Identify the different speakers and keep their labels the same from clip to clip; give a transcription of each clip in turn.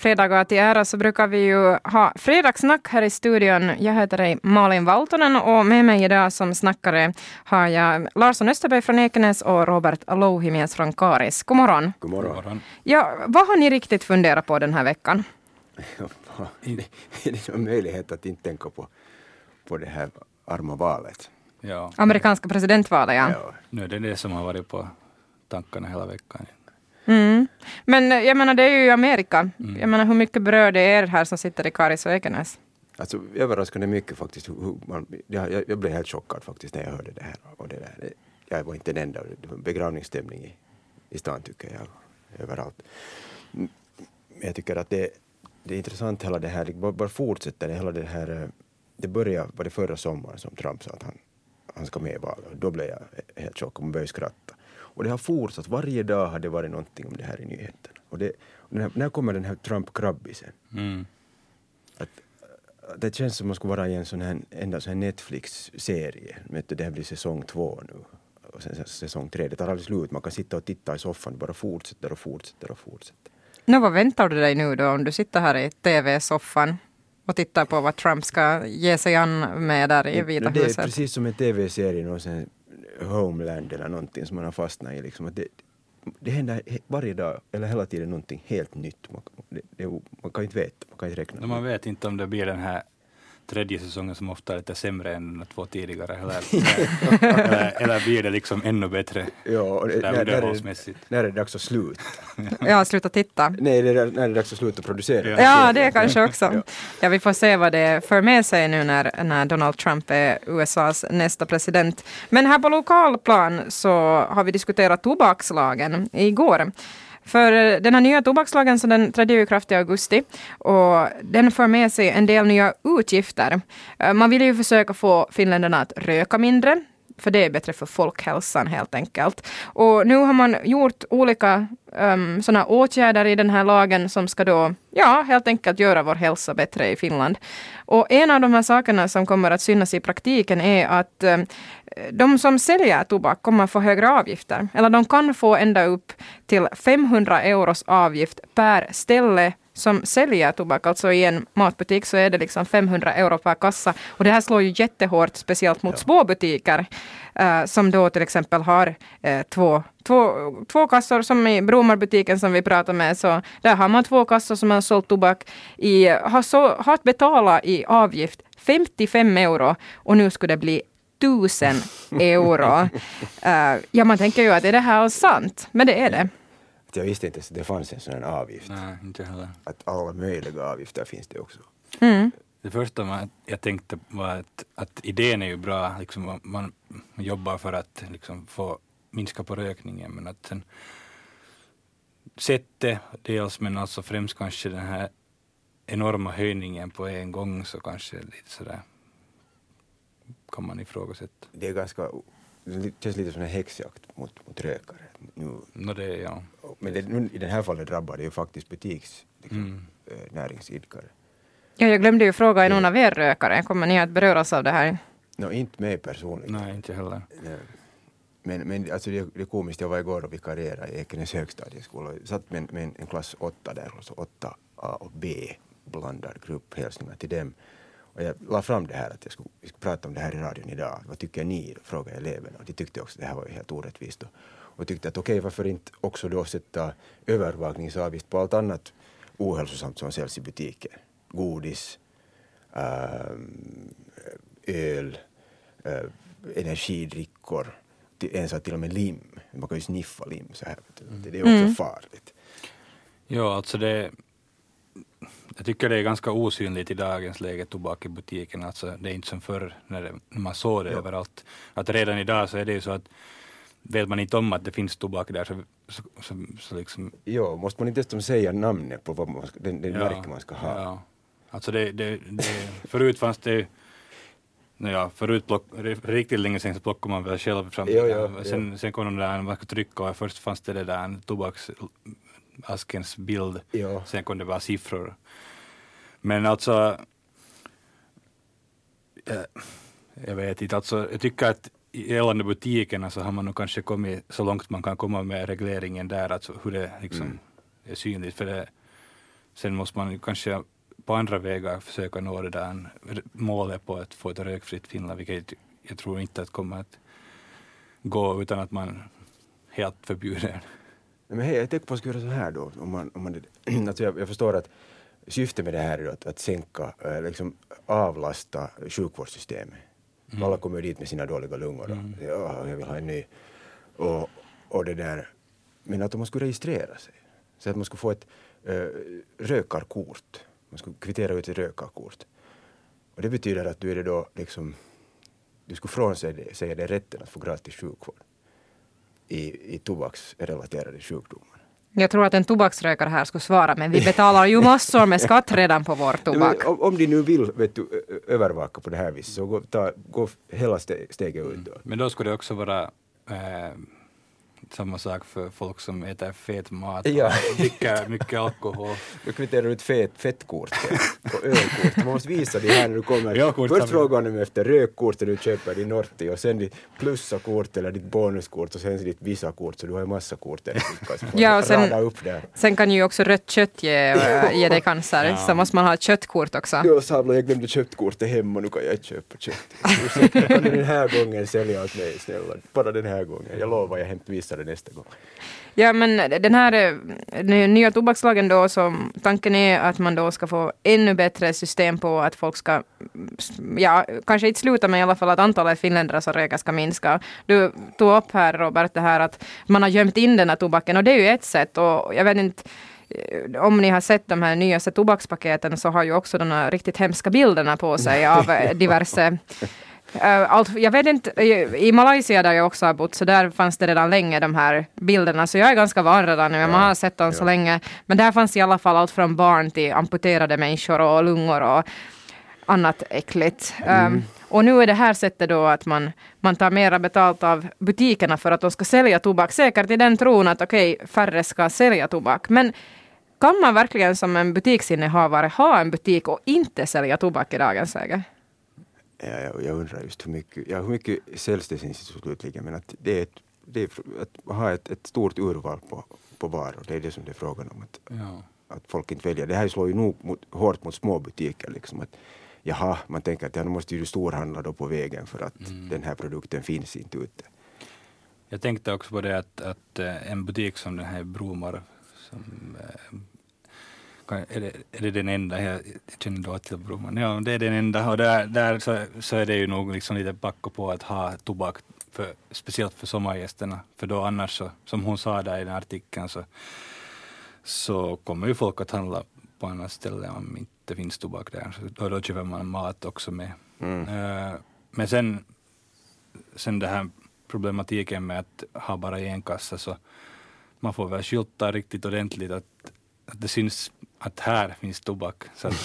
Speaker 1: fredagar till ära så brukar vi ju ha fredagssnack här i studion. Jag heter Malin Valtonen och med mig idag som snackare har jag Larsson Österberg från Ekenäs och Robert Louhimies från Karis. God morgon.
Speaker 2: God morgon.
Speaker 1: Ja, vad har ni riktigt funderat på den här veckan?
Speaker 2: Är det någon möjlighet att inte tänka på det här arma valet?
Speaker 3: Ja.
Speaker 1: Amerikanska presidentvalet, ja.
Speaker 3: Nu är det som har varit på tankarna hela veckan.
Speaker 1: Mm. Men jag menar, det är ju Amerika. Jag menar, hur mycket berör det er här som sitter i Karis och Ekenäs?
Speaker 2: Alltså överraskande mycket faktiskt. Jag blev helt chockad faktiskt när jag hörde det här. Och det där. Jag var inte den enda. Det var begravningsstämning i stan tycker jag. Överallt. Men jag tycker att det är intressant hela det här. Bara fortsätter det hela det här. Det började var det förra sommaren som Trump sa att han ska med i valet. Då blev jag helt chockad och man började skratta. Och det har fortsatt. Varje dag har det varit någonting om det här i nyheten. Och när kommer den här Trump-krabbisen? Att det känns som man skulle vara i en sån här Netflix-serie. Det här blir säsong 2 nu. Och sen säsong 3. Det tar aldrig slut. Man kan sitta och titta i soffan och bara fortsätter.
Speaker 1: Vad väntar du dig nu då om du sitter här i tv-soffan och tittar på vad Trump ska ge sig an med där i Vita huset?
Speaker 2: Det är precis som en tv-serie, någon sån Homeland eller någonting som man har fastnat i. Liksom. Det händer varje dag eller hela tiden någonting helt nytt. Man kan inte veta, man kan inte räkna.
Speaker 3: Man vet inte om det blir den här tredje säsongen som ofta är lite sämre än de 2 tidigare. Eller blir det liksom ännu bättre?
Speaker 2: Ja, när är det dags att sluta?
Speaker 1: Ja, sluta titta.
Speaker 2: Nej, när är det dags att sluta producera?
Speaker 1: Ja, det är kanske också. Ja, vi får se vad det för med sig nu när Donald Trump är USAs nästa president. Men här på lokalplan så har vi diskuterat tobakslagen igår. För den här nya tobakslagen så den trädde ju i kraft i augusti och den för med sig en del nya utgifter. Man vill ju försöka få finländarna att röka mindre, för det är bättre för folkhälsan helt enkelt. Och nu har man gjort olika sådana åtgärder i den här lagen som ska då, helt enkelt göra vår hälsa bättre i Finland. Och en av de här sakerna som kommer att synas i praktiken är att de som säljer tobak kommer få högre avgifter. Eller de kan få ända upp till 500 euros avgift per ställe som säljer tobak. Alltså i en matbutik så är det liksom 500 euro per kassa. Och det här slår ju jättehårt, speciellt mot små butiker som då till exempel har två kassor, som i Bromarbutiken som vi pratar med. Så där har man 2 kassor som har sålt tobak har att betala i avgift 55 euro och nu skulle det bli 1000 euro. Man tänker ju att är det här sant? Men det är det.
Speaker 2: Jag visste inte att det fanns en sån avgift.
Speaker 3: Nej, inte heller.
Speaker 2: Att alla möjliga avgifter finns det också.
Speaker 3: Det första jag tänkte var att idén är ju bra. Liksom man jobbar för att liksom få minska på rökningen. Men att sen sättet dels, men alltså främst kanske den här enorma höjningen på en gång så kanske lite sådär kan man ifrågasätta.
Speaker 2: Det känns lite som en häxjakt mot rökare. Men i den här fallet drabbar det ju faktiskt näringsidkare.
Speaker 1: Ja, jag glömde ju fråga, är någon av er rökare? Kommer ni att beröras av det här?
Speaker 2: Inte mig personligen.
Speaker 3: Nej, inte heller.
Speaker 2: Men alltså det är komiskt, jag var igår och vikarierade i Ekenäs högstadieskola. Jag satt med en klass 8 där, alltså 8A och B, blandad grupp, hälsningar till dem. Och jag la fram det här att vi skulle prata om det här i radion idag. Vad tycker ni? Frågade eleverna. Och de tyckte också att det här var helt orättvist. Och tyckte att okej, varför inte också då sätta övervakningsavgift på allt annat ohälsosamt som säljs i butiken. Godis, öl, energidrickor, till och med lim. Man kan ju sniffa lim så här. Det är också farligt.
Speaker 3: Ja, alltså jag tycker det är ganska osynligt i dagens läge, tobak i butiken. Alltså det är inte som förr när man såg det överallt. Att redan idag så är det ju så att vet man inte om att det finns tobak där så liksom...
Speaker 2: Ja, måste man inte ens säga namnet på vad den märke man ska ha.
Speaker 3: Ja, alltså förut fanns det riktigt länge sedan så plockade man väl själv fram. Sen kom de där, man ska trycka och först fanns det där tobaksaskens bild. Ja. Sen kom det bara siffror. Men alltså jag vet inte, alltså jag tycker att i gällande butikerna så har man nog kanske kommit så långt man kan komma med regleringen där, alltså hur det liksom är synligt, för sen måste man kanske på andra vägar försöka nå det där målet på att få ett rökfritt Finland, vilket jag tror inte att kommer att gå utan att man helt förbjuder.
Speaker 2: Men hej, jag tänker på att göra så här då. Om man, alltså jag förstår att syftet med det här är att sänka, liksom avlasta sjukvårdssystemet. Alla kommer dit med sina dåliga lungor. Ja, jag vill ha en ny. Och det där. Men att man skulle registrera sig. Så att man skulle få ett rökarkort. Man skulle kvittera ut ett rökarkort. Och det betyder att du är det då liksom, du skulle frånsäga dig rätten att få gratis sjukvård i tobaksrelaterade sjukdomar.
Speaker 1: Jag tror att en tobaksrökare här skulle svara, men vi betalar ju massor med skatt redan på vår tobak.
Speaker 2: Ja, om de nu vill övervaka på det här viset så gå hela steget ut då.
Speaker 3: Men då skulle det också vara samma sak för folk som äter fet mat och dricker mycket alkohol.
Speaker 2: Du kvitterar ut fettkort och ölkort. Man måste visa det här när du kommer. Först frågar de efter rökkort när du köper din Norti och sen ditt plussakort eller ditt bonuskort och sen ditt Visa-kort, så du har en massa kort där.
Speaker 1: Ja, och sen kan ju också rött kött ge dig cancer, så måste man ha ett köttkort också.
Speaker 2: Ja, Sabla, jag glömde köttkortet hemma, nu kan jag inte köpa kött. Ursäkta, kan du den här gången sälja åt mig, snälla? Bara den här gången. Jag lovar, jag visar det nästa gång.
Speaker 1: Ja, men den här nya tobakslagen då, så tanken är att man då ska få ännu bättre system på att folk ska, kanske inte sluta, men i alla fall att antalet finländare som röker ska minska. Du tog upp här, Robert, det här att man har gömt in den här tobaken, och det är ju ett sätt, och jag vet inte om ni har sett de här nyaste tobakspaketen, så har ju också de här riktigt hemska bilderna på sig av diverse jag vet inte, i Malaysia där jag också har bott, så där fanns det redan länge de här bilderna, så jag är ganska van redan nu, man har sett dem så länge, men där fanns i alla fall allt från barn till amputerade människor och lungor och annat äckligt. Och nu är det här sättet då att man tar mera betalt av butikerna för att de ska sälja tobak, säkert i den tron att färre ska sälja tobak, men kan man verkligen som en butiksinnehavare ha en butik och inte sälja tobak i dagens läge?
Speaker 2: Jag undrar just hur mycket säljs det slutligen, men att det är att ha ett stort urval på varor, det är det som det är frågan om, att folk inte väljer. Det här slår ju nog hårt mot små butiker liksom, att man tänker att nu måste ju storhandla då på vägen för att den här produkten finns inte ute.
Speaker 3: Jag tänkte också på det att en butik som den här Bromar, som är det den enda, jag känner då till Broman. Ja, det är den enda, och där så är det ju nog liksom lite backa på att ha tobak speciellt för sommargästerna, för då annars så, som hon sa där i den artikeln, så kommer ju folk att handla på annat ställe om inte finns tobak där, så då köper man mat också med. Men sen det här problematiken med att ha bara en kassa, så man får väl skylta riktigt ordentligt att det syns att här finns tobak.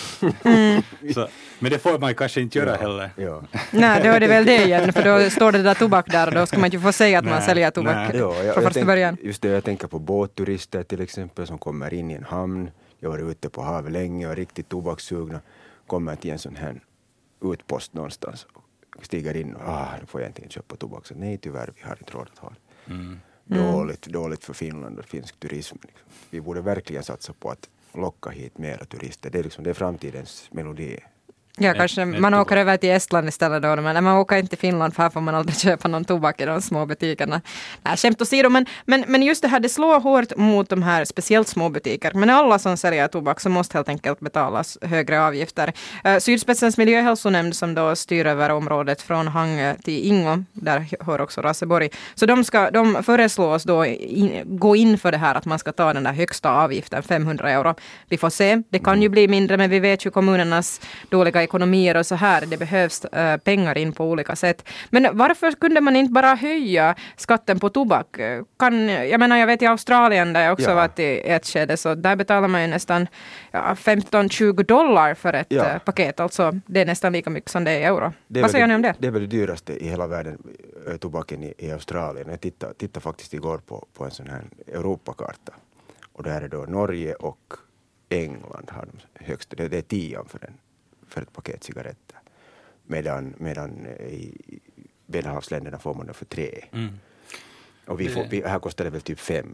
Speaker 3: Men det får man kanske inte göra heller.
Speaker 2: Ja.
Speaker 1: Nej, då är det väl det igen, för då står det där tobak där och då ska man inte få säga att man säljer tobak från första början.
Speaker 2: Just det, jag tänker på båtturister till exempel som kommer in i en hamn. Jag var ute på havet länge och riktigt tobakssugna. Kommer till en sån här utpost någonstans och stiger in och nu får jag inte köpa tobak. Så nej, tyvärr, vi har inte råd att ha det. Dåligt för Finland och finsk turism. Liksom. Vi borde verkligen satsa på att locka hit mera turister. Det är liksom, det är framtidens melodi.
Speaker 1: Ja, kanske man åker över till Estland istället då, men man åker inte till Finland, för här får man aldrig köpa någon tobak i de små butikerna. Nej, skämt åsido, men just det här, det slår hårt mot de här speciellt små butiker. Men alla som säljer tobak så måste helt enkelt betalas högre avgifter. Sydspetsens miljöhälsonämnd, som då styr över området från Hangö till Ingo, där hör också Raseborg, så de föreslås då gå in för det här att man ska ta den där högsta avgiften, 500 euro. Vi får se, det kan ju bli mindre, men vi vet ju kommunernas dåliga ekonomier och så här. Det behövs pengar in på olika sätt. Men varför kunde man inte bara höja skatten på tobak? Jag vet i Australien där jag också varit i ett skede, så där betalar man ju nästan $15-20 för ett paket. Alltså det är nästan lika mycket som det är i euro. Vad säger ni om det?
Speaker 2: Det är väl det dyraste i hela världen, tobaken i Australien. Jag tittade faktiskt igår på en sån här Europakarta. Och där är då Norge och England har de högsta. Det är 10 för ett paket cigaretter. Medan i Medelhavsländerna får man det för 3. Och här kostar det väl typ 5.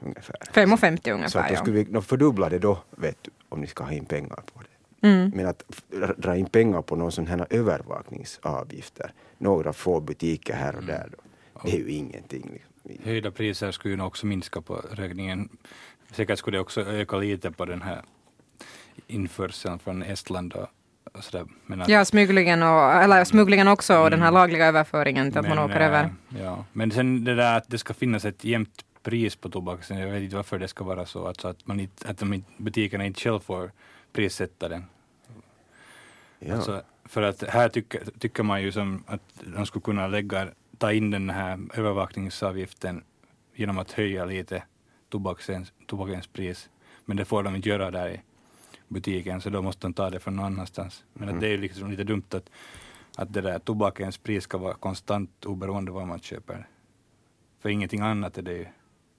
Speaker 2: ungefär.
Speaker 1: 5,50 ungefär,
Speaker 2: så att då skulle vi fördubbla det då, vet du, om ni ska ha in pengar på det. Men att dra in pengar på någon sån här övervakningsavgifter, några få butiker här och där, då, det är ju ingenting. Liksom.
Speaker 3: Höjda priser skulle ju nog också minska på räkningen. Säkert skulle det också öka lite på den här införseln från Estland och sådär. Men att,
Speaker 1: smugglingen också och den här lagliga överföringen till att man åker över.
Speaker 3: Ja. Men sen det där att det ska finnas ett jämnt pris på tobaken, jag vet inte varför det ska vara så, alltså att butikerna inte själv får prissätta den.
Speaker 2: Ja.
Speaker 3: Alltså, för att här tycker man ju som att de skulle kunna ta in den här övervakningsavgiften genom att höja lite tobakens pris. Men det får de inte göra där i butiken, så då måste de ta det från någon annanstans. Men att det är liksom lite dumt att det där tobakens pris ska vara konstant oberoende vad man köper. För ingenting annat är det ju.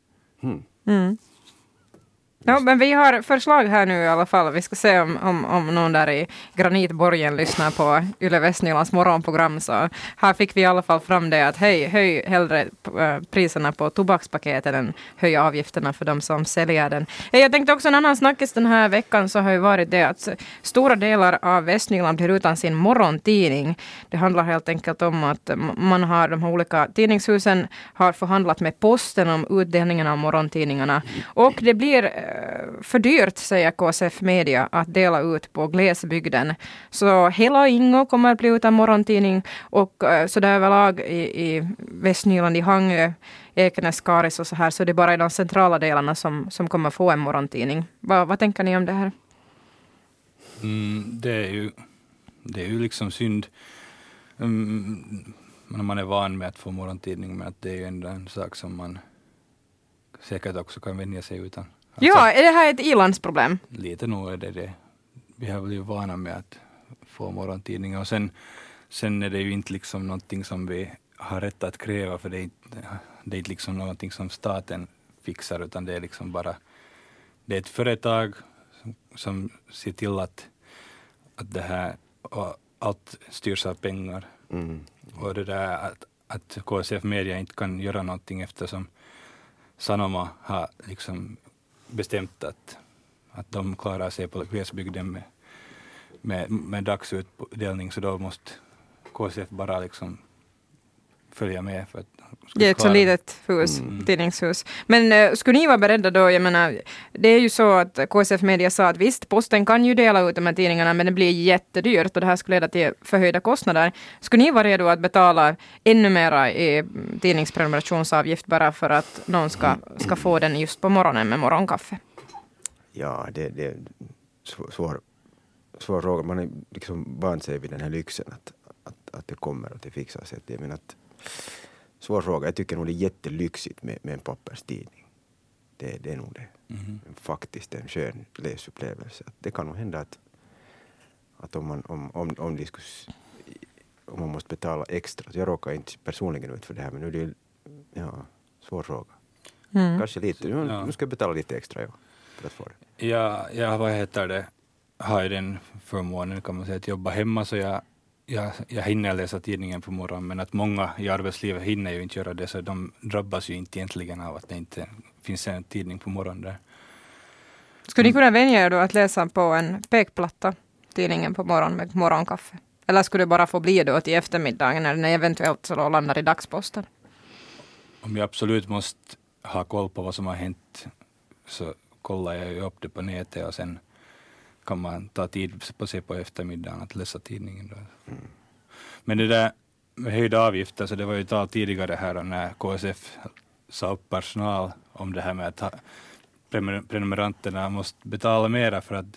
Speaker 1: Ja, men vi har förslag här nu i alla fall. Vi ska se om någon där i Granitborgen lyssnar på Yle Västnylands morgonprogram. Så här fick vi i alla fall fram det att höj hellre priserna på tobakspaketen än höj avgifterna för de som säljer den. Jag tänkte också en annan snackis den här veckan så har ju varit det att stora delar av Västnyland blir utan sin morgontidning. Det handlar helt enkelt om att de här olika tidningshusen har förhandlat med posten om utdelningen av morgontidningarna. Och det blir för dyrt, säger KSF Media, att dela ut på glesbygden. Så hela Ingo kommer att bli utan morgontidning och så där överlag i Västnyland, i Hangö, Ekenäs, Karis och så här, så det är bara i de centrala delarna som kommer få en morgontidning. Vad tänker ni om det här?
Speaker 3: Det är ju liksom synd. Man är van med att få morgontidning, men att det är ju ändå en sak som man säkert också kan vänja sig utan. Alltså,
Speaker 1: ja, är det här ett ilandsproblem?
Speaker 3: Lite nog är det. Vi har blivit vana med att få morgontidningar och sen är det ju inte liksom någonting som vi har rätt att kräva, för det är inte liksom någonting som staten fixar, utan det är liksom bara det är ett företag som ser till att det här och allt styrs av pengar. Och det där att KSF Media inte kan göra någonting eftersom Sanoma har liksom bestämt att de klarar sig på glesbygden med dagsutdelning, så då måste KSF bara liksom följa med. För att
Speaker 1: det är ett så litet tidningshus. Men skulle ni vara beredda då, jag menar, det är ju så att KSF Media sa att visst, posten kan ju dela ut de här tidningarna, men det blir jättedyrt och det här skulle leda till förhöjda kostnader. Skulle ni vara redo att betala ännu mera i tidningsprenumerationsavgift bara för att någon ska få den just på morgonen med morgonkaffe?
Speaker 2: Ja, det är svår fråga. Man är liksom vant sig vid den här lyxen att det kommer att det fixar sig. Jag menar att svår fråga. Jag tycker nog det är jättelyxigt med en papperstidning. Det är nog det. Faktiskt en skön läsupplevelse. Det kan nog hända att om man måste betala extra. Jag råkar inte personligen ut för det här, men nu är det svår fråga. Kanske lite. Nu ska jag betala lite extra för att få det.
Speaker 3: Ja, vad heter det? Har ju den förmånen, kan man säga, att jobba hemma, så jag hinner läsa tidningen på morgonen, men att många i arbetslivet hinner ju inte göra det, så de drabbas ju inte egentligen av att det inte finns en tidning på morgonen där.
Speaker 1: Skulle ni kunna vänja er då att läsa på en pekplatta tidningen på morgonen med morgonkaffe? Eller skulle det bara få bli då till eftermiddagen när den eventuellt så landar i dagsposten?
Speaker 3: Om jag absolut måste ha koll på vad som har hänt, så kollar jag ju upp det på nätet och sen kan man ta tid på sig på eftermiddagen att läsa tidningen då. Men det där med höjda avgifter, så det var ju tal tidigare här när KSF sa upp personal om det här med att prenumeranterna måste betala mera för att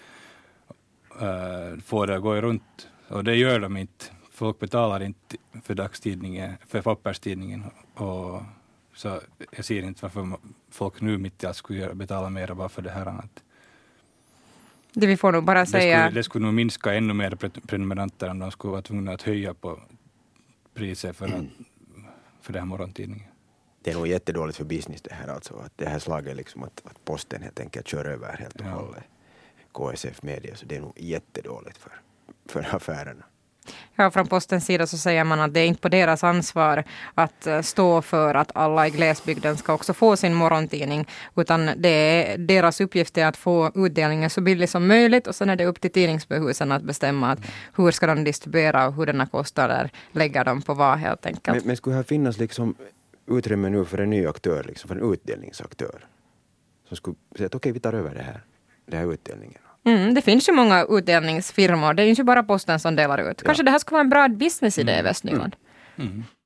Speaker 3: få det att gå runt. Och det gör de inte. Folk betalar inte för dagstidningen, för papperstidningen. Och så jag ser inte varför folk nu mitt i allt skulle betala mera bara för det här annat.
Speaker 1: Det vi får nog bara säga.
Speaker 3: Det skulle nog minska ännu mer prenumeranter om de skulle vara tvungna att höja på priset för den här morgontidningen.
Speaker 2: Det är nog jättedåligt för business det här alltså. Att det här slaget liksom att posten helt enkelt kör över helt och hållet KSF Media. Så det är nog jättedåligt för affärerna.
Speaker 1: Ja, från Postens sida så säger man att det är inte på deras ansvar att stå för att alla i glesbygden ska också få sin morgontidning, utan det är deras uppgift är att få utdelningen så billig som möjligt, och sen är det upp till tidningsbehusen att bestämma att hur ska de distribuera och hur denna kostnader lägger de på vad helt enkelt.
Speaker 2: Men skulle här finnas liksom utrymme nu för en ny aktör, liksom för en utdelningsaktör som skulle säga att okej, vi tar över det här utdelningen?
Speaker 1: Det finns ju många utdelningsfirmor. Det är ju inte bara Posten som delar ut. Kanske det här skulle vara en bra businessidé i Västnyland.